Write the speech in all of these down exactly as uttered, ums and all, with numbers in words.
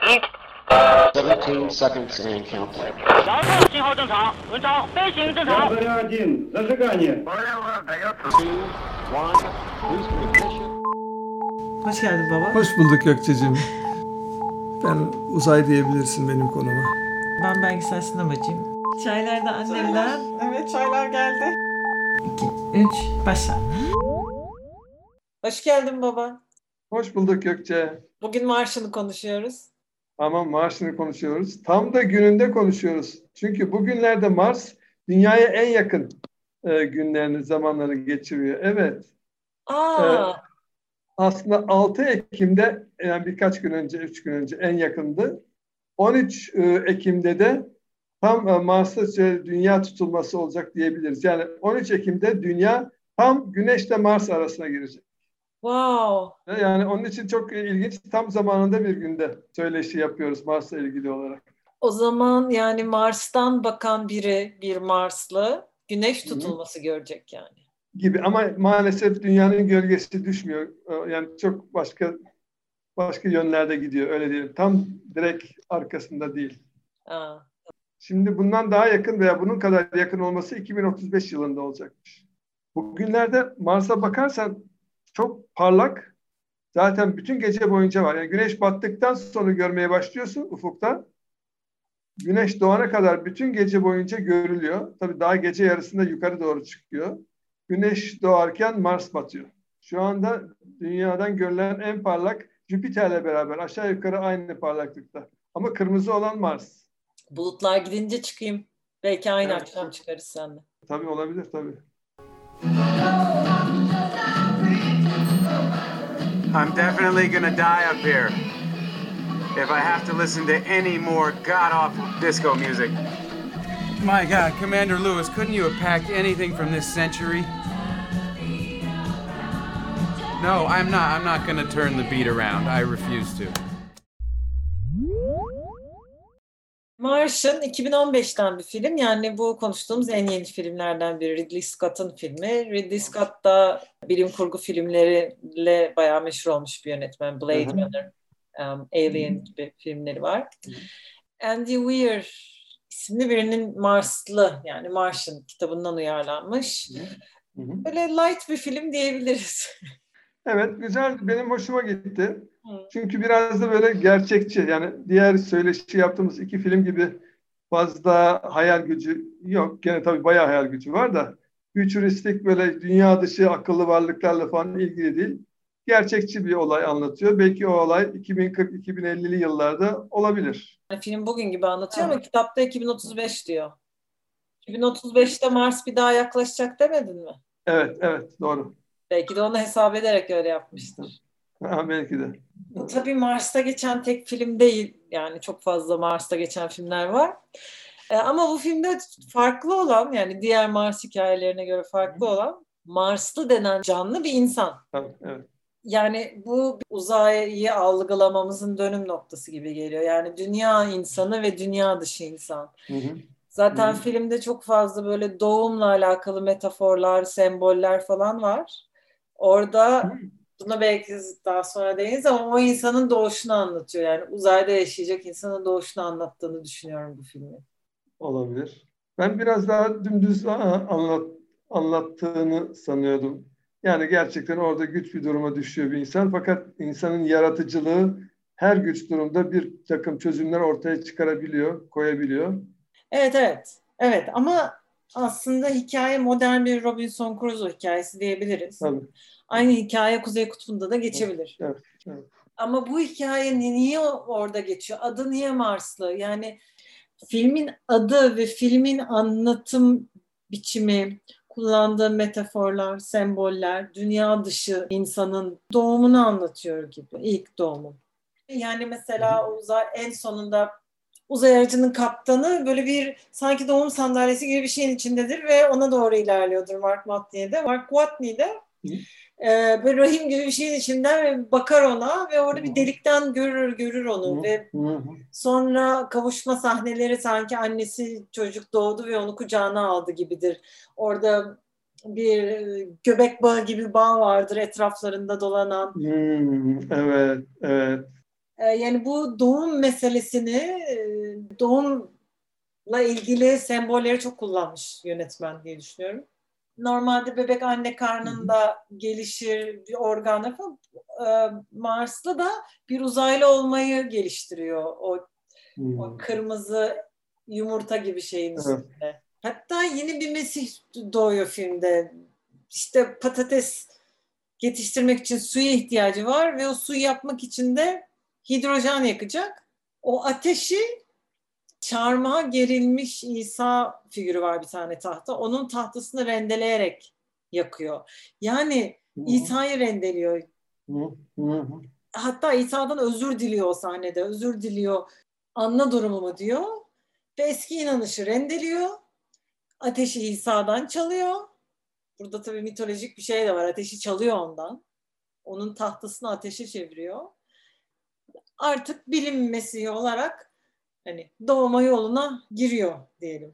seventeen seconds and counting. 遥控信号正常，文超飞行正常。 один, зажигание. Two, one, boost ignition. Hoş geldin baba. Hoş bulduk Gökçe'cim. Ben uzay diyebilirsin benim konuma. Ben belgesel sinemacıyım. Çaylar da annemden. Evet, çaylar geldi. İki, üç, başla. Hoş geldin baba. Hoş bulduk Gökçe. Bugün Martian'ı konuşuyoruz. Ama Mars'ını konuşuyoruz. Tam da gününde konuşuyoruz. Çünkü bugünlerde Mars Dünya'ya en yakın e, günlerini, zamanları geçiriyor. Evet. Aa. E, aslında altı Ekim'de, yani birkaç gün önce, üç gün önce en yakındı. on üç Ekim'de de tam e, Mars'ta Dünya tutulması olacak diyebiliriz. Yani on üç Ekim'de Dünya tam Güneş'le Mars arasına girecek. Wow. Yani onun için çok ilginç. Tam zamanında bir günde söyleşi yapıyoruz Mars'la ilgili olarak. O zaman yani Mars'tan bakan biri, bir Marslı Güneş tutulması Hı-hı. görecek yani. Gibi ama maalesef Dünya'nın gölgesi düşmüyor. Yani çok başka başka yönlerde gidiyor, öyle diyelim. Tam direkt arkasında değil. Aa. Şimdi bundan daha yakın veya bunun kadar yakın olması iki bin otuz beş yılında olacakmış. Bugünlerde Mars'a bakarsan çok parlak. Zaten bütün gece boyunca var. Yani güneş battıktan sonra görmeye başlıyorsun ufukta. Güneş doğana kadar bütün gece boyunca görülüyor. Tabii daha gece yarısında yukarı doğru çıkıyor. Güneş doğarken Mars batıyor. Şu anda dünyadan görülen en parlak Jüpiter'le beraber aşağı yukarı aynı parlaklıkta. Ama kırmızı olan Mars. Bulutlar gidince çıkayım. Belki aynı Evet. akşam çıkarız seninle. Tabii olabilir tabii. I'm definitely gonna die up here if I have to listen to any more god-awful disco music. My God, Commander Lewis, couldn't you have packed anything from this century? No, I'm not. I'm not gonna turn the beat around. I refuse to. Martian iki bin on beşten bir film. Yani bu konuştuğumuz en yeni filmlerden biri. Ridley Scott'ın filmi. Ridley Scott da bilim kurgu filmleriyle bayağı meşhur olmuş bir yönetmen. Blade Hı-hı. Runner, um, Alien gibi filmleri var. Hı-hı. Andy Weir isimli birinin Marslı, yani Martian kitabından uyarlanmış. Hı-hı. Böyle light bir film diyebiliriz. Evet, güzel. Benim hoşuma gitti. Hı. Çünkü biraz da böyle gerçekçi. Yani diğer söyleşi yaptığımız iki film gibi fazla hayal gücü yok. Gene tabii bayağı hayal gücü var da fütüristik böyle dünya dışı akıllı varlıklarla falan ilgili değil. Gerçekçi bir olay anlatıyor. Belki o olay iki bin kırk iki bin ellili yıllarda olabilir. Yani film bugün gibi anlatıyor, evet. Ama kitapta iki bin otuz beş diyor. iki bin otuz beşte Mars bir daha yaklaşacak demedin mi? Evet, evet, doğru. Belki de onu hesap ederek öyle yapmıştır. Ha, belki de. Bu tabii Mars'ta geçen tek film değil. Yani çok fazla Mars'ta geçen filmler var. Ee, ama bu filmde farklı olan, yani diğer Mars hikayelerine göre farklı olan Marslı denen canlı bir insan. Evet, evet. Yani bu uzayı algılamamızın dönüm noktası gibi geliyor. Yani dünya insanı ve dünya dışı insan. Hı hı. Zaten hı hı. Filmde çok fazla böyle doğumla alakalı metaforlar, semboller falan var. Orada hı. Buna belki daha sonra değiniz ama o insanın doğuşunu anlatıyor. Yani uzayda yaşayacak insanın doğuşunu anlattığını düşünüyorum bu filmi. Olabilir. Ben biraz daha dümdüz anlat, anlattığını sanıyordum. Yani gerçekten orada güç bir duruma düşüyor bir insan. Fakat insanın yaratıcılığı her güç durumda bir takım çözümler ortaya çıkarabiliyor, koyabiliyor. Evet, evet. Evet ama aslında hikaye modern bir Robinson Crusoe hikayesi diyebiliriz. Tabii. Aynı hikaye Kuzey Kutbu'nda da geçebilir. Evet, evet. Ama bu hikaye niye orada geçiyor? Adı niye Marslı? Yani filmin adı ve filmin anlatım biçimi, kullandığı metaforlar, semboller, dünya dışı insanın doğumunu anlatıyor gibi. İlk doğumu. Yani mesela uzay en sonunda uzay aracının kaptanı böyle bir sanki doğum sandalyesi gibi bir şeyin içindedir ve ona doğru ilerliyordur Mark Watney'de. Mark Watney de e, böyle rahim gibi bir şeyin içinden bakar ona ve orada bir delikten görür görür onu ve sonra kavuşma sahneleri sanki annesi çocuk doğdu ve onu kucağına aldı gibidir. Orada bir göbek bağı gibi bağ vardır etraflarında dolanan. Hmm, evet, evet. E, yani bu doğum meselesini, e, doğumla ilgili sembolleri çok kullanmış yönetmen diye düşünüyorum. Normalde bebek anne karnında gelişir, bir organlar falan. E, Mars'ta da bir uzaylı olmayı geliştiriyor. O, hmm. o kırmızı yumurta gibi şeyin üstünde. Evet. Hatta yeni bir Mesih doğuyor filmde. İşte patates yetiştirmek için suya ihtiyacı var ve o suyu yapmak için de hidrojen yakacak. O ateşi çarmıha gerilmiş İsa figürü var bir tane tahta. Onun tahtasını rendeleyerek yakıyor. Yani Hı-hı. İsa'yı rendeliyor. Hı-hı. Hatta İsa'dan özür diliyor o sahnede. Özür diliyor. Anla durumumu diyor. Ve eski inanışı rendeliyor. Ateşi İsa'dan çalıyor. Burada tabii mitolojik bir şey de var. Ateşi çalıyor ondan. Onun tahtasını ateşe çeviriyor. Artık bilim Mesih'i olarak hani doğma yoluna giriyor diyelim.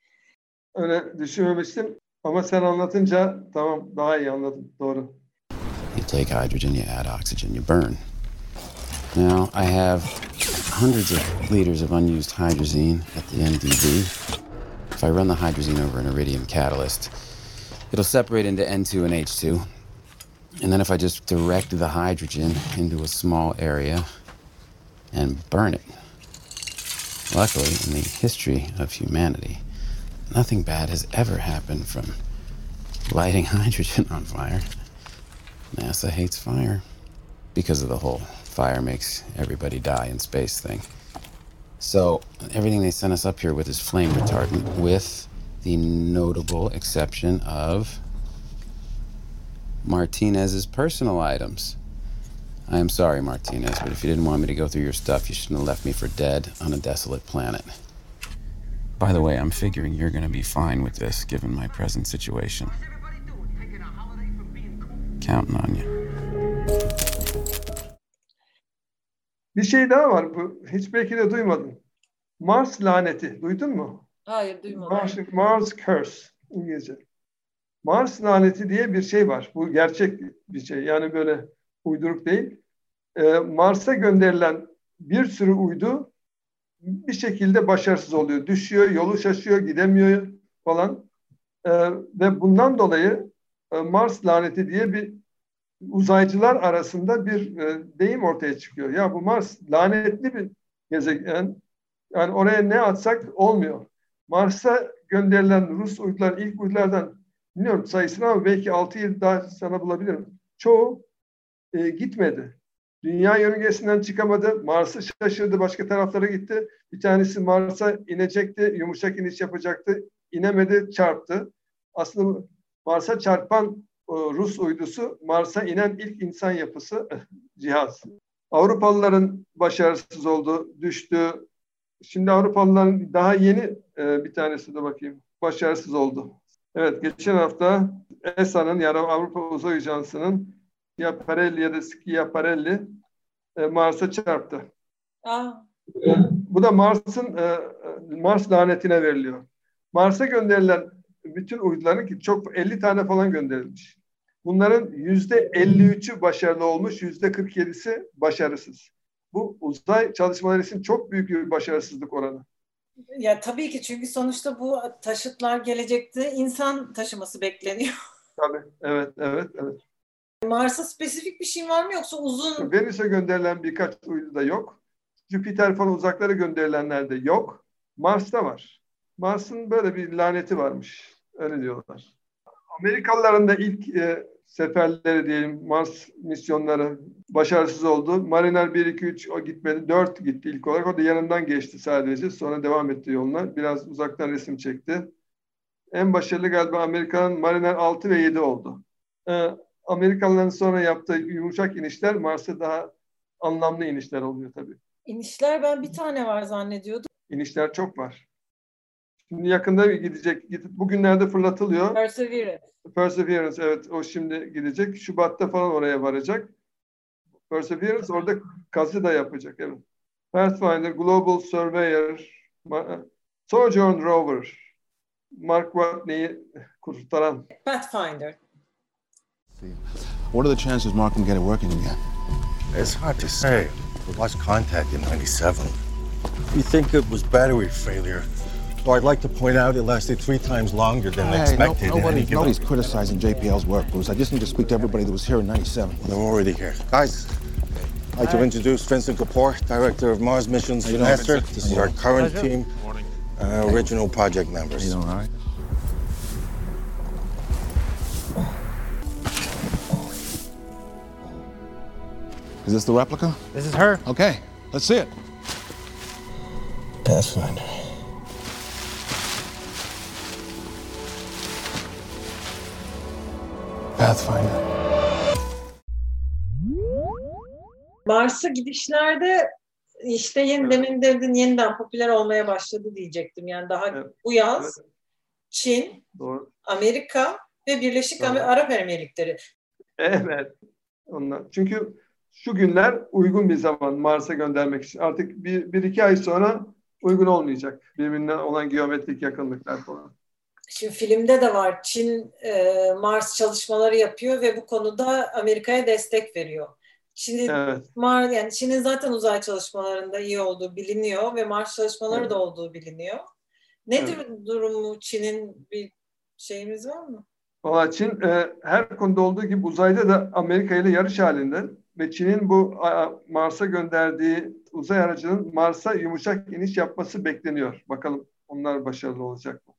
Öyle düşünmemiştim ama sen anlatınca tamam daha iyi anladım. Doğru. You take hydrogen, you add oxygen, you burn. Now I have hundreds of liters of unused hydrazine at the N D B. If I run the hydrazine over an iridium catalyst, it'll separate into N two and H two. And then if I just direct the hydrogen into a small area and burn it. Luckily, in the history of humanity, nothing bad has ever happened from lighting hydrogen on fire. NASA hates fire because of the whole fire makes everybody die in space thing. So everything they sent us up here with is flame retardant, with the notable exception of Martinez's personal items. I am sorry, Martinez, but if you didn't want me to go through your stuff, you shouldn't have left me for dead on a desolate planet. By the way, I'm figuring you're going to be fine with this, given my present situation. Counting on you. Bir şey daha var. Bu hiç belki de duymadın. Mars laneti. Duydun mu? Hayır, duymadım. Mars, Mars Curse İngilizce. Mars laneti diye bir şey var. Bu gerçek bir şey. Yani böyle uyduruk değil. Ee, Mars'a gönderilen bir sürü uydu bir şekilde başarısız oluyor. Düşüyor, yolu şaşıyor, gidemiyor falan. Ee, ve bundan dolayı e, Mars laneti diye bir uzaycılar arasında bir e, deyim ortaya çıkıyor. Ya bu Mars lanetli bir gezegen. Yani oraya ne atsak olmuyor. Mars'a gönderilen Rus uydular, ilk uydulardan bilmiyorum sayısını ama belki altı yedi daha sana bulabilirim. Çoğu e, gitmedi. Dünya yörüngesinden çıkamadı. Mars'ı şaşırdı. Başka taraflara gitti. Bir tanesi Mars'a inecekti. Yumuşak iniş yapacaktı. İnemedi. Çarptı. Aslında Mars'a çarpan o, Rus uydusu Mars'a inen ilk insan yapısı cihaz. Avrupalıların başarısız oldu. Düştü. Şimdi Avrupalıların daha yeni e, bir tanesi de bakayım. Başarısız oldu. Evet. Geçen hafta E S A'nın yani Avrupa Uzay Ajansı'nın Schiaparelli ya da Schiaparelli e, Mars'a çarptı. Aa. E, bu da Mars'ın e, Mars lanetine veriliyor. Mars'a gönderilen bütün uyduların ki çok elli tane falan gönderilmiş. Bunların yüzde elli üçü başarılı olmuş, yüzde kırk yedisi başarısız. Bu uzay çalışmaları için çok büyük bir başarısızlık oranı. Ya tabii ki çünkü sonuçta bu taşıtlar gelecekte insan taşıması bekleniyor. Tabii, evet, evet, evet. Mars'a spesifik bir şey var mı yoksa uzun? Venüs'e gönderilen birkaç uydu da yok. Jüpiter falan uzaklara gönderilenler de yok. Mars'ta var. Mars'ın böyle bir laneti varmış. Öyle diyorlar. Amerikalıların da ilk e, seferleri diyelim Mars misyonları başarısız oldu. Mariner bir iki üç o gitmedi. dört gitti ilk olarak. O da yanından geçti sadece. Sonra devam etti yoluna. Biraz uzaktan resim çekti. En başarılı galiba Amerika'nın Mariner altı ve yedi oldu. Ee, Amerikalıların sonra yaptığı yumuşak inişler Mars'a daha anlamlı inişler oluyor tabii. İnişler ben bir tane var zannediyordum. İnişler çok var. Şimdi yakında gidecek. Bugünlerde fırlatılıyor. Perseverance. Perseverance evet o şimdi gidecek. Şubat'ta falan oraya varacak. Perseverance orada kazı da yapacak. Evet. Pathfinder, Global Surveyor, Sojourner Rover, Mark Watney'i kurtaran. Pathfinder. What are the chances Mark can get it working again? It's hard to say. We lost contact in ninety-seven. We think it was battery failure. So I'd like to point out it lasted three times longer than Hey, expected. no, nobody, And nobody's criticizing J P L's work, Bruce. I just need to speak to everybody that was here in ninety-seven. Well, they're already here. Guys, I'd like to introduce Vincent Kapoor, Director of Mars Missions for NASA. This is our current team, uh, original project members. You doing all right? Is this the replica? This is her. Okay, let's see it. Pathfinder. Pathfinder. Mars'a gidişlerde işte yeni, demin dedin yeniden popüler olmaya başladı diyecektim. Yani daha Evet. bu yaz Evet. Çin, Doğru. Amerika ve Birleşik Doğru. Arap Emirlikleri. Evet. Onlar. Çünkü şu günler uygun bir zaman Mars'a göndermek için. Artık bir, bir iki ay sonra uygun olmayacak. Birbirine olan geometrik yakınlıklar falan. Şimdi filmde de var. Çin e, Mars çalışmaları yapıyor ve bu konuda Amerika'ya destek veriyor. Çin'in Evet. Mar yani Çin'in zaten uzay çalışmalarında iyi olduğu biliniyor ve Mars çalışmaları Evet. da olduğu biliniyor. Nedir Evet. durumu Çin'in, bir şeyimiz var mı? Valla Çin e, her konuda olduğu gibi uzayda da Amerika ile yarış halinde ve Çin'in bu a, Mars'a gönderdiği uzay aracının Mars'a yumuşak iniş yapması bekleniyor. Bakalım onlar başarılı olacak mı?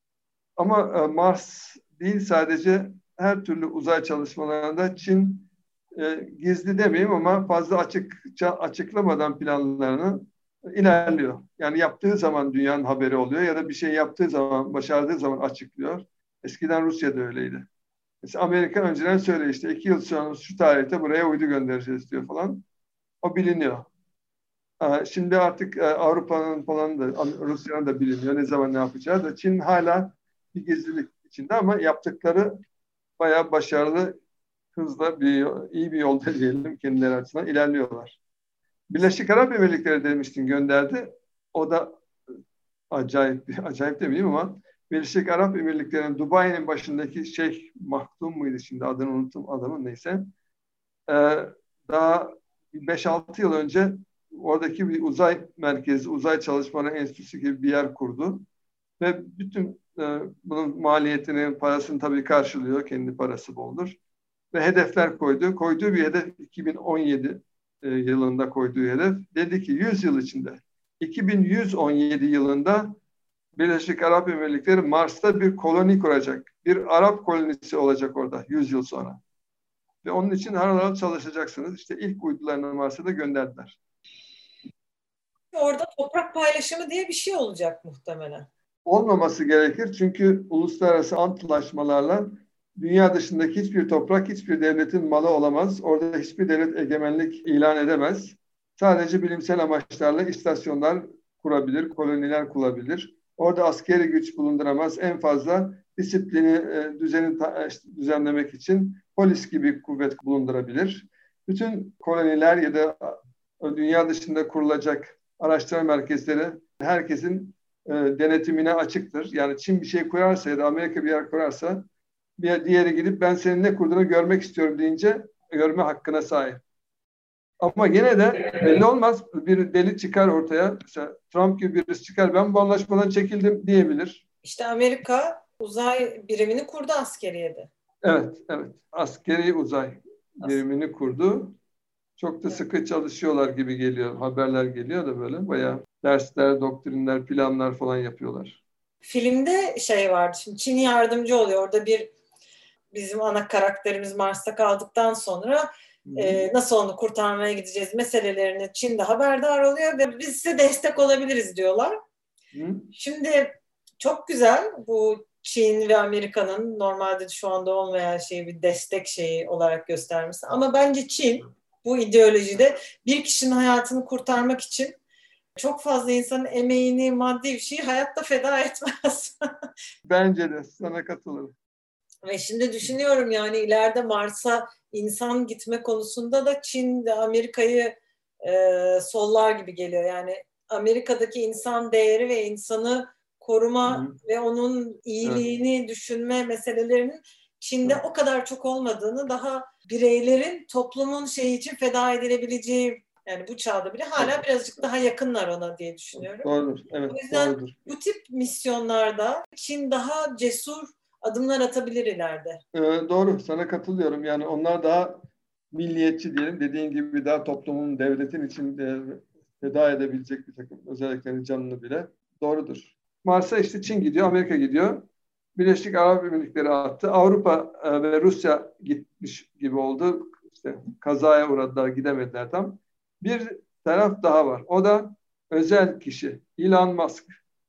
Ama e, Mars değil, sadece her türlü uzay çalışmalarında Çin e, gizli demeyeyim ama fazla açıkça açıklamadan planlarını ilerliyor. Yani yaptığı zaman dünyanın haberi oluyor ya da bir şey yaptığı zaman, başardığı zaman açıklıyor. Eskiden Rusya'da öyleydi. Mesela Amerika önceden söylüyor, işte iki yıl sonra şu tarihte buraya uydu göndereceğiz diyor falan. O biliniyor. Şimdi artık Avrupa'nın falan da Rusya'nın da biliniyor ne zaman ne yapacağı da. Çin hala bir gizlilik içinde ama yaptıkları bayağı başarılı, hızla bir, iyi bir yolda diyelim kendileri açısından ilerliyorlar. Birleşik Arap Emirlikleri demiştin gönderdi. O da acayip, acayip demeyeyim ama Birleşik Arap Emirlikleri'nin Dubai'nin başındaki Şeyh Maktoum muydu, şimdi adını unuttum adamın, neyse. Ee, daha beş altı yıl önce oradaki bir uzay merkezi, uzay çalışmaları enstitüsü gibi bir yer kurdu. Ve bütün e, bunun maliyetini, parasını tabii karşılıyor. Kendi parası boldur. Ve hedefler koydu. Koyduğu bir hedef iki bin on yedi e, yılında koyduğu hedef. Dedi ki yüz yıl içinde, iki bin yüz on yedi yılında Birleşik Arap Emirlikleri Mars'ta bir koloni kuracak. Bir Arap kolonisi olacak orada yüz yıl sonra. Ve onun için har har çalışacaksınız. İşte ilk uydularını Mars'a da gönderdiler. Orada toprak paylaşımı diye bir şey olacak muhtemelen. Olmaması gerekir. Çünkü uluslararası antlaşmalarla dünya dışındaki hiçbir toprak hiçbir devletin malı olamaz. Orada hiçbir devlet egemenlik ilan edemez. Sadece bilimsel amaçlarla istasyonlar kurabilir, koloniler kurabilir. Orada askeri güç bulunduramaz. En fazla disiplini, düzeni düzenlemek için polis gibi kuvvet bulundurabilir. Bütün koloniler ya da dünya dışında kurulacak araştırma merkezleri herkesin e, denetimine açıktır. Yani Çin bir şey kurarsa ya da Amerika bir yer kurarsa bir diğeri gidip ben senin ne kurduğunu görmek istiyorum deyince görme hakkına sahip. Ama yine de belli olmaz. Bir deli çıkar ortaya. Mesela Trump gibi birisi çıkar. Ben bu anlaşmadan çekildim diyebilir. İşte Amerika uzay birimini kurdu askeriyede. Evet, evet. Askeri uzay birimini kurdu. Çok da sıkı çalışıyorlar gibi geliyor. Haberler geliyor da böyle bayağı dersler, doktrinler, planlar falan yapıyorlar. Filmde şey vardı. Şimdi Çin yardımcı oluyor. Orada bir bizim ana karakterimiz Mars'ta kaldıktan sonra e, nasıl onu kurtarmaya gideceğiz meselelerini Çin'de haberdar oluyor ve biz size destek olabiliriz diyorlar. Hı. Şimdi çok güzel bu Çin ve Amerika'nın normalde şu anda olmayan şeyi bir destek şeyi olarak göstermesi. Ama bence Çin bu ideolojide bir kişinin hayatını kurtarmak için çok fazla insanın emeğini, maddi bir şeyi hayatta feda etmez. Bence de sana katılırım. Ve şimdi düşünüyorum yani ileride Mars'a insan gitme konusunda da Çin ve Amerika'yı e, sollar gibi geliyor. Yani Amerika'daki insan değeri ve insanı koruma Hı-hı. ve onun iyiliğini evet. düşünme meselelerinin Çin'de evet. o kadar çok olmadığını, daha bireylerin toplumun şeyi için feda edilebileceği Yani bu çağda bile hala birazcık daha yakınlar ona diye düşünüyorum. Doğrudur. Evet, o yüzden doğrudur. bu tip misyonlarda Çin daha cesur adımlar atabilir ileride. Ee, doğru. Sana katılıyorum. Yani onlar daha milliyetçi diyelim. Dediğin gibi daha toplumun, devletin içinde feda edebilecek bir takım özelliklerin canını bile. Doğrudur. Mars'a işte Çin gidiyor, Amerika gidiyor. Birleşik Arap Emirlikleri attı. Avrupa e, ve Rusya gitmiş gibi oldu. İşte kazaya uğradılar, gidemediler tam. Bir taraf daha var. O da özel kişi. Elon Musk.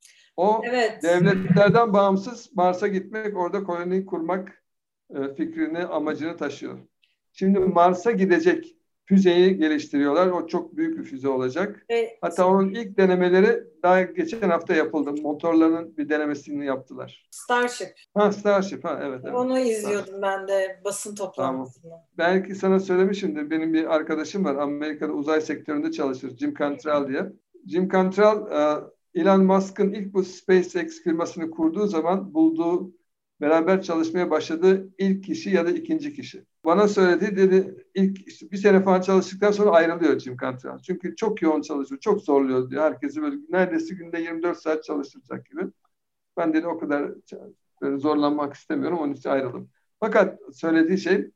O evet. devletlerden bağımsız Mars'a gitmek, orada koloni kurmak e, fikrini, amacını taşıyor. Şimdi Mars'a gidecek füzeyi geliştiriyorlar. O çok büyük bir füze olacak. Evet. Hatta onun ilk denemeleri daha geçen hafta yapıldı. Motorlarının bir denemesini yaptılar. Starship. Ha Starship. Ha evet. evet. Onu izliyordum ben de basın toplantısında. Tamam. Belki sana söylemişimdir. Benim bir arkadaşım var. Amerika'da uzay sektöründe çalışır. Jim Cantrell diye. Jim Cantrell Elon Musk'ın ilk bu SpaceX firmasını kurduğu zaman bulduğu, beraber çalışmaya başladığı ilk kişi ya da ikinci kişi. Bana söyledi, dedi ilk işte bir sene falan çalıştıktan sonra ayrılıyor Jim Cantrell. Çünkü çok yoğun çalışıyor, çok zorluyor diyor. Herkesi böyle neredeyse günde yirmi dört saat çalıştıracak gibi. Ben dedi o kadar böyle zorlanmak istemiyorum, onun için ayrıldım. Fakat söylediği şey,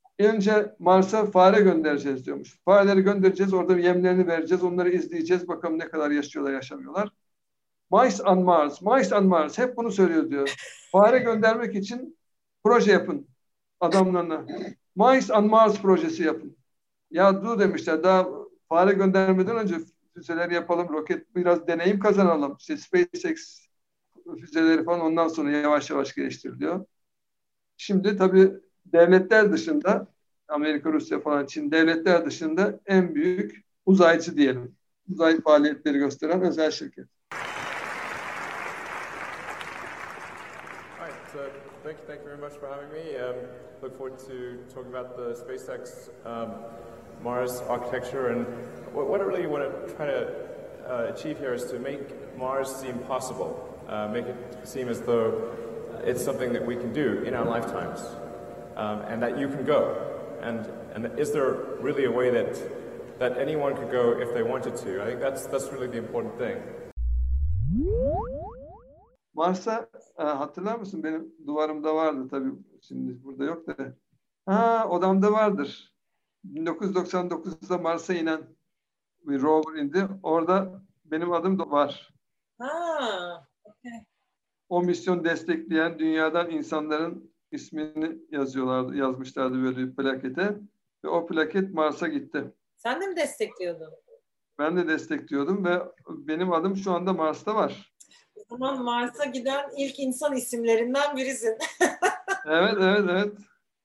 önce Mars'a fare göndereceğiz diyormuş. Fareleri göndereceğiz, orada yemlerini vereceğiz, onları izleyeceğiz, bakalım ne kadar yaşıyorlar, yaşamıyorlar. Mice on Mars, Mice on Mars, hep bunu söylüyor diyor. Fare göndermek için proje yapın adamlarına. Mice on Mars projesi yapın. Ya dur demişler, daha fare göndermeden önce füzeler yapalım, roket biraz deneyim kazanalım. İşte SpaceX füzeleri falan ondan sonra yavaş yavaş geliştiriliyor. Şimdi tabii devletler dışında, Amerika, Rusya falan, Çin devletler dışında en büyük uzaycı diyelim. Uzay faaliyetleri gösteren özel şirket. So thank you, thank you very much for having me. Um, look forward to talking about the SpaceX um, Mars architecture, and what, what I really want to try to uh, achieve here is to make Mars seem possible, uh, make it seem as though it's something that we can do in our lifetimes, um, and that you can go. And and is there really a way that that anyone could go if they wanted to? I think that's that's really the important thing. Mars'a e, hatırlar mısın? Benim duvarımda vardı tabii. Şimdi burada yok da. Ha, odamda vardır. bin dokuz yüz doksan dokuzda Mars'a inen bir rover indi. Orada benim adım da var. Ha, okay. O misyon destekleyen dünyadan insanların ismini yazıyorlardı, yazmışlardı böyle bir plakete. Ve o plaket Mars'a gitti. Sen de mi destekliyordun? Ben de destekliyordum ve benim adım şu anda Mars'ta var. O zaman Mars'a giden ilk insan isimlerinden birisin. Evet, evet, evet.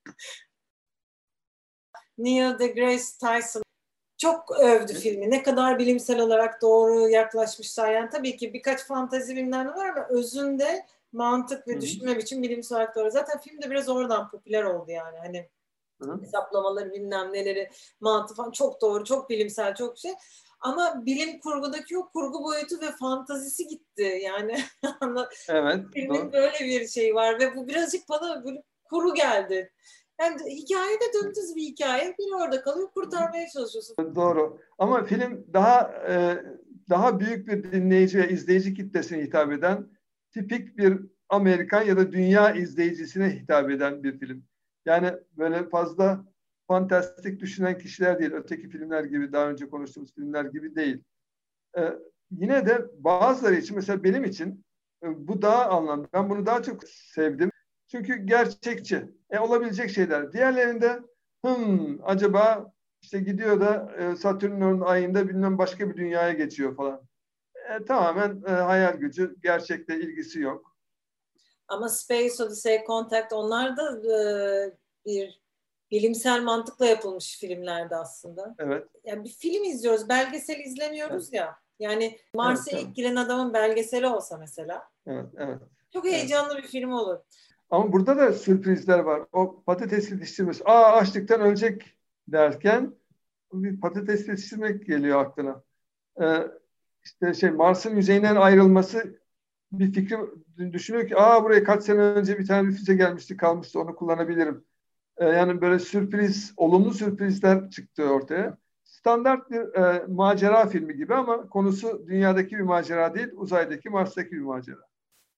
Neil deGrasse Tyson çok övdü filmi. Ne kadar bilimsel olarak doğru yaklaşmışlar. Yani tabii ki birkaç fantezi filmler var ama özünde mantık ve Hı-hı. düşünme biçim bilimsel olarak doğru. Zaten film de biraz oradan popüler oldu yani. Hani Hı-hı. hesaplamaları, bilmem neleri, mantığı falan çok doğru, çok bilimsel, çok şey. Ama bilim kurgudaki o kurgu boyutu ve fantazisi gitti. Yani evet, filmin doğru. böyle bir şey var ve bu birazcık bana böyle kuru geldi. Yani hikayede dümdüz bir hikaye. Biri orada kalıyor, kurtarmaya çalışıyorsun. Doğru. Ama film daha e, daha büyük bir dinleyici ve izleyici kitlesine hitap eden, tipik bir Amerikan ya da dünya izleyicisine hitap eden bir film. Yani böyle fazla fantastik düşünen kişiler değil. Öteki filmler gibi, daha önce konuştuğumuz filmler gibi değil. Ee, yine de bazıları için, mesela benim için e, bu daha anlamlı. Ben bunu daha çok sevdim. Çünkü gerçekçi. E, olabilecek şeyler. Diğerlerinde hım, acaba işte gidiyor da e, Satürn'ün ayında bilmem başka bir dünyaya geçiyor falan. E, tamamen e, hayal gücü. Gerçekle ilgisi yok. Ama Space Odyssey, Contact, onlar da e, bir bilimsel mantıkla yapılmış filmlerdi aslında. Evet. Yani bir film izliyoruz, belgesel izlemiyoruz evet. ya. Yani Mars'a evet, ilk giren adamın belgeseli olsa mesela. Evet, evet. Çok heyecanlı evet. bir film olur. Ama burada da sürprizler var. O patates yetiştirmesi. Aa açlıktan ölecek derken bir patates yetiştirmek geliyor aklına. Ee, işte şey Mars'ın yüzeyinden ayrılması bir fikri düşünüyor ki aa buraya kaç sene önce bir tane bir füze gelmişti kalmıştı onu kullanabilirim. Yani böyle sürpriz, olumlu sürprizler çıktı ortaya. Standart bir e, macera filmi gibi ama konusu dünyadaki bir macera değil, uzaydaki, Mars'taki bir macera.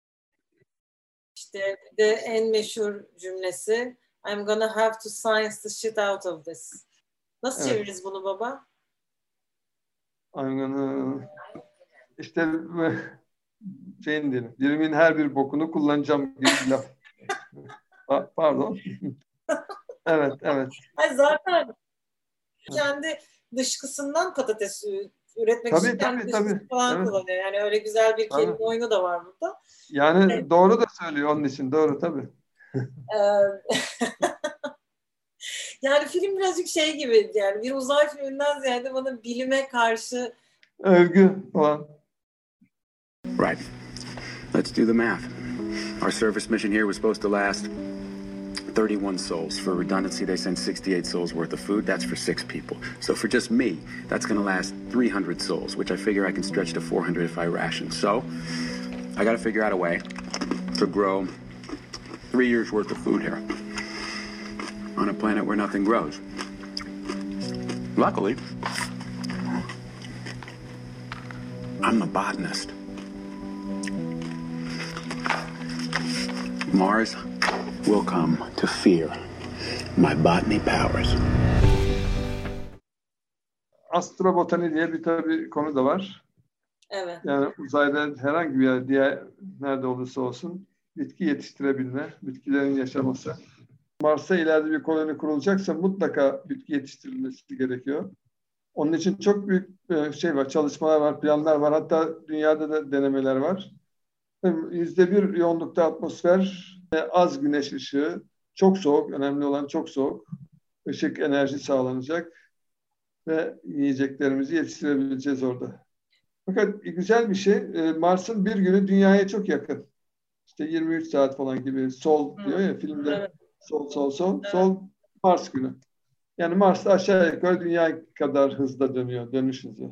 İşte de en meşhur cümlesi I'm gonna have to science the shit out of this. Nasıl Evet. çeviririz bunu baba? Aynen. İşte şeyin diyelim, dilimin her bir bokunu kullanacağım gibi bir laf. Pardon. Evet, evet. Ay zaten kendi dışkısından patates üretmek Tabii, için kendi tabii, dışkısı tabii. falan Evet. kullanıyor. Yani öyle güzel bir kelime Tabii. oyunu da var burada. Yani Evet. doğru da söylüyor onun için, doğru tabii. Yani film birazcık şey gibi, yani bir uzay filminden ziyade bana bilime karşı övgü falan. Right. Let's do the math. Our service mission here was supposed to last thirty-one souls. For redundancy, they send sixty-eight souls worth of food. That's for six people. So for just me, that's going to last three hundred souls, which I figure I can stretch to four hundred if I ration. So I got to figure out a way to grow three years worth of food here on a planet where nothing grows. Luckily, I'm a botanist. Mars will come to fear my botany powers. Astrobotani diye bir tabii konu da var. evet. Yani uzayda herhangi bir yer, diğer nerede olursa olsun bitki yetiştirebilme, bitkilerin yaşaması. Mars'a ileride bir koloni kurulacaksa mutlaka bitki yetiştirilmesi gerekiyor. Onun için çok büyük şey var, çalışmalar var, planlar var. Hatta dünyada da denemeler var. Yüzde bir yoğunlukta atmosfer, az güneş ışığı, çok soğuk, önemli olan çok soğuk. Işık enerji sağlanacak ve yiyeceklerimizi yetiştirebileceğiz orada. Fakat güzel bir şey, Mars'ın bir günü Dünya'ya çok yakın. İşte yirmi üç saat falan gibi, sol diyor ya filmde, Evet. sol sol sol, Evet. sol Mars günü. Yani Mars'ta aşağı yukarı Dünya kadar hızla dönüyor, dönüş hızı.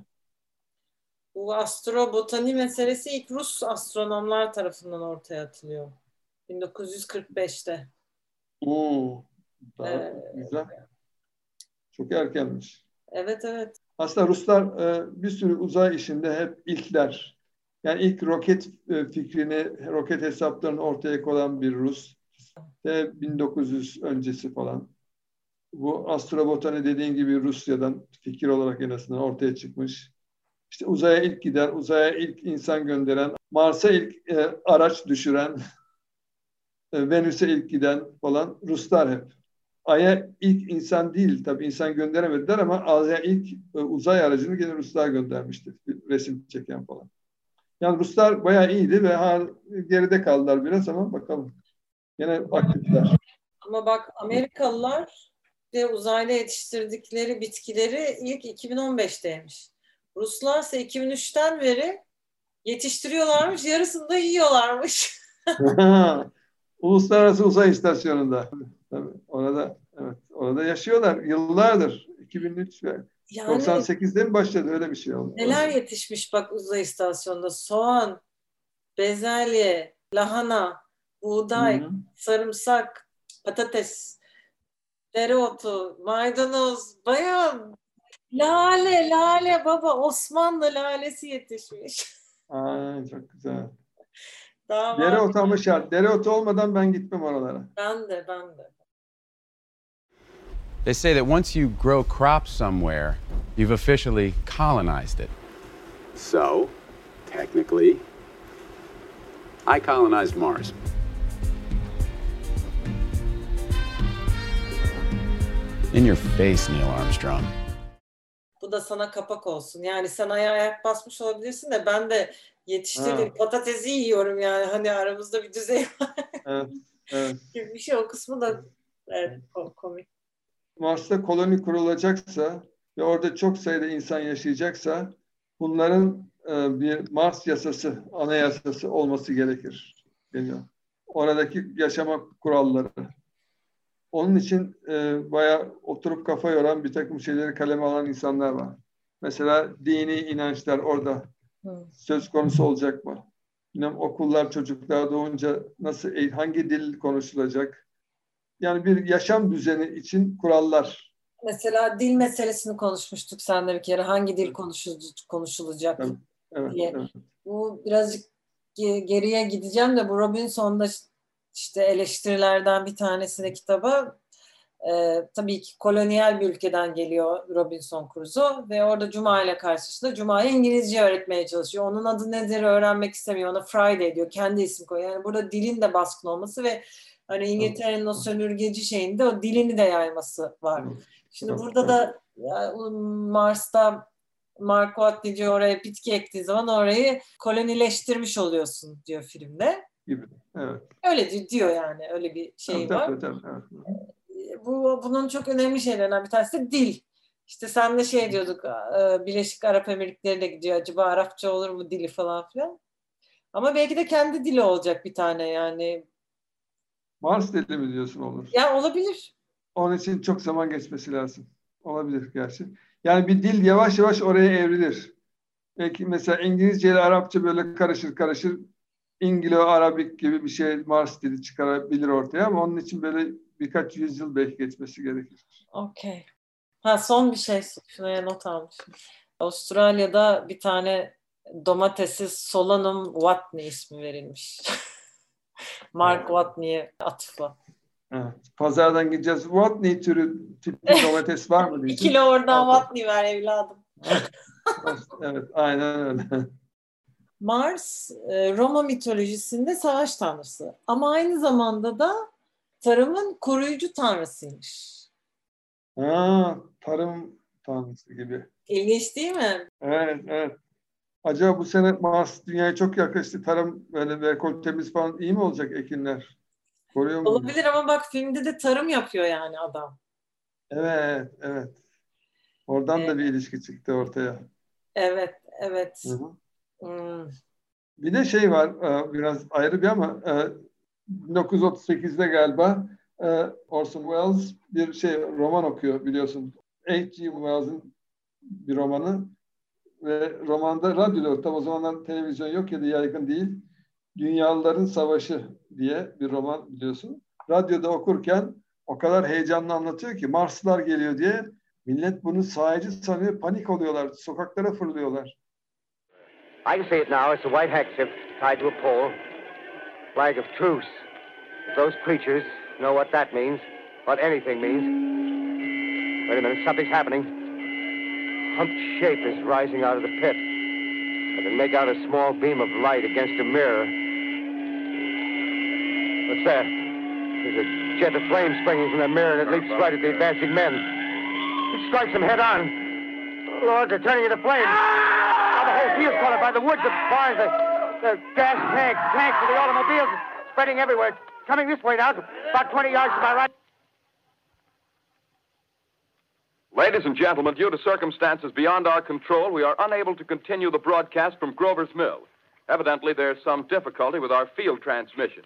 Bu astrobotani meselesi ilk Rus astronomlar tarafından ortaya atılıyor. bin dokuz yüz kırk beşte. Oo, daha Ee, güzel. Çok erkenmiş. Evet evet. Aslında Ruslar e, bir sürü uzay işinde hep ilkler. Yani ilk roket e, fikrini, roket hesaplarını ortaya koyan bir Rus. De bin dokuz yüz öncesi falan. Bu astrobotani dediğin gibi Rusya'dan fikir olarak en azından ortaya çıkmış. İşte uzaya ilk giden, uzaya ilk insan gönderen, Mars'a ilk e, araç düşüren, e, Venüs'e ilk giden falan Ruslar hep. Ay'a ilk insan değil, tabii insan gönderemediler ama Ay'a ilk e, uzay aracını gene Ruslar göndermişti. Resim çeken falan. Yani Ruslar bayağı iyiydi ve ha, geride kaldılar biraz ama bakalım. Yine aktifler. Ama bak Amerikalılar ve uzayda yetiştirdikleri bitkileri ilk iki bin on beşteymiş. Ruslar ise iki bin üçten beri yetiştiriyorlarmış, yarısını da yiyorlarmış. Uluslararası Uzay İstasyonu'nda. Tabii, orada evet, orada yaşıyorlar yıllardır. iki bin üç ve Yani doksan sekizde mi başladı öyle bir şey oldu. neler yetişmiş bak uzay istasyonunda: soğan, bezelye, lahana, buğday, Hı-hı. sarımsak, patates, dereotu, maydanoz, bayağı lale, lale baba, Osmanlı lalesi yetişmiş. Aa, çok güzel. Daha Dereotu ama şart. Dereotu olmadan ben gitmem oralara. Ben de, ben de. They say that once you grow crops somewhere, you've officially colonized it. So, technically, I colonized Mars. In your face, Neil Armstrong. Bu da sana kapak olsun. Yani sen ayağa ayak basmış olabilirsin de ben de yetiştirdiğim patatesi yiyorum yani. Hani aramızda bir düzey var. Evet, evet. Gibi bir şey, o kısmı da evet, komik. Mars'ta koloni kurulacaksa ve orada çok sayıda insan yaşayacaksa bunların e, bir Mars yasası, anayasası olması gerekir deniyor. Oradaki yaşama kuralları. Onun için e, bayağı oturup kafa yoran bir takım şeyleri kaleme alan insanlar var. Mesela dini inançlar orada Hı. söz konusu olacak mı? Yine okullar çocuklar doğunca nasıl, hangi dil konuşulacak? Yani bir yaşam düzeni için kurallar Mesela dil meselesini konuşmuştuk seninle bir kere. Hangi dil konuşul- konuşulacak Evet, evet, diye. evet. Bu birazcık ge- geriye gideceğim de bu Robinson'da işte eleştirilerden bir tanesi de kitaba. Ee, tabii ki kolonyal bir ülkeden geliyor Robinson Crusoe ve orada Cuma ile karşılaştığında Cuma'ya İngilizce öğretmeye çalışıyor. Onun adı nedir öğrenmek istemiyor. Ona Friday diyor. Kendi isim koyuyor. Yani burada dilin de baskın olması ve hani İngiltere'nin o sömürgeci şeyinde o dilini de yayması var. Şimdi Evet, burada evet. da ya, Mars'ta Mark Watney diyor oraya bitki ektiği zaman orayı kolonileştirmiş oluyorsun diyor filmde. Gibi. Evet. Öyle di- diyor yani. Öyle bir şey Tabii, var. tabii, tabii, evet. Bu bunun çok önemli şeylerinden bir tanesi de dil. İşte sen de şey diyorduk, e, Birleşik Arap Emirlikleri de gidiyor. Acaba Arapça olur mu dili falan filan. Ama belki de kendi dili olacak bir tane yani. Mars dili mi diyorsun olur? Ya olabilir. Onun için çok zaman geçmesi lazım. Olabilir gerçi. Yani bir dil yavaş yavaş oraya evrilir. Belki mesela İngilizce ile Arapça böyle karışır karışır. İngilo-Arabik gibi bir şey Mars dili çıkarabilir ortaya ama onun için böyle birkaç yüzyıl belki geçmesi gerekir. Okey. Ha son bir şey. Şuraya not almışım. Avustralya'da bir tane domatesi Solanum Watney ismi verilmiş. Mark Watney'e atıfla. Evet. Pazardan gideceğiz. Watney türü tipi domates var mı Bir diyeceğiz. kilo oradan Watney ver evladım. Evet, aynen öyle. Mars, e, Roma mitolojisinde savaş tanrısı. Ama aynı zamanda da tarımın koruyucu tanrısıymış. Ha, tarım tanrısı gibi. İlginç değil mi? Evet, evet. Acaba bu sene Mars dünyaya çok yaklaştı. Tarım böyle rekoltemiz falan iyi mi olacak ekinler? Koruyor mu? Olabilir ama bak filmde de tarım yapıyor yani adam. Evet, evet. Oradan Evet. da bir ilişki çıktı ortaya. Evet, evet. Hı hı. Hmm. Bir de şey var, biraz ayrı bir ama bin dokuz yüz otuz sekizde galiba Orson Welles bir şey roman okuyor biliyorsun. H G Wells'ın bir romanı ve romanda radyoda tam o zamanlar televizyon yok ya da yaygın değil. Dünyalıların Savaşı diye bir roman biliyorsun. Radyoda okurken o kadar heyecanlı anlatıyor ki Marslılar geliyor diye millet bunu sahici sanıyor, panik oluyorlar, sokaklara fırlıyorlar. I can see it now. It's a white handkerchief tied to a pole. Flag of truce. If those creatures know what that means, what anything means. Wait a minute, something's happening. Humped shape is rising out of the pit. I can make out a small beam of light against a mirror. What's that? There's a jet of flame springing from the mirror and it leaps right at the advancing men. It strikes them head on. Lord, they're turning into flames. Now the whole field's caught up by the woods, the barns, the, the gas tanks, tanks for the automobiles, spreading everywhere. Coming this way now, about twenty yards to my right. Ladies and gentlemen, due to circumstances beyond our control, we are unable to continue the broadcast from Grover's Mill. Evidently, there's some difficulty with our field transmission.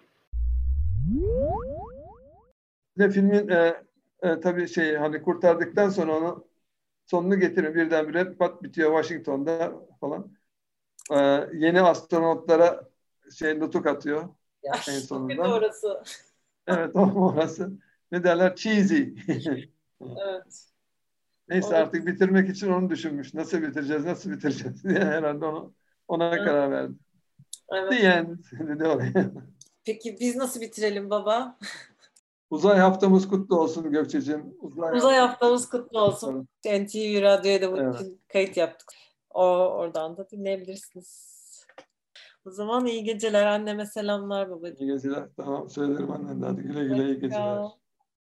Ve filmin e, e, tabii şey hani kurtardıktan sonra onu sonunu getirir birdenbire pat bitiyor Washington'da falan. E, yeni astronotlara şey nutuk atıyor Ya, en sonunda. bir de orası. Evet o orası. Ne derler? Cheesy. Evet. Neyse Orası. artık bitirmek için onu düşünmüş. Nasıl bitireceğiz, nasıl bitireceğiz diye herhalde onu, ona Evet. karar verdi. Evet. The end dedi oraya. Peki biz nasıl bitirelim baba? Uzay haftamız kutlu olsun Gökçe'cim. Uzay, Uzay haftamız kutlu olsun. N T V Radyo'ya da bu Evet. için kayıt yaptık. O, oradan da dinleyebilirsiniz. O zaman iyi geceler. Anneme selamlar babacığım. İyi geceler. Tamam söylerim annen de. Hadi güle güle iyi geceler. Ciao.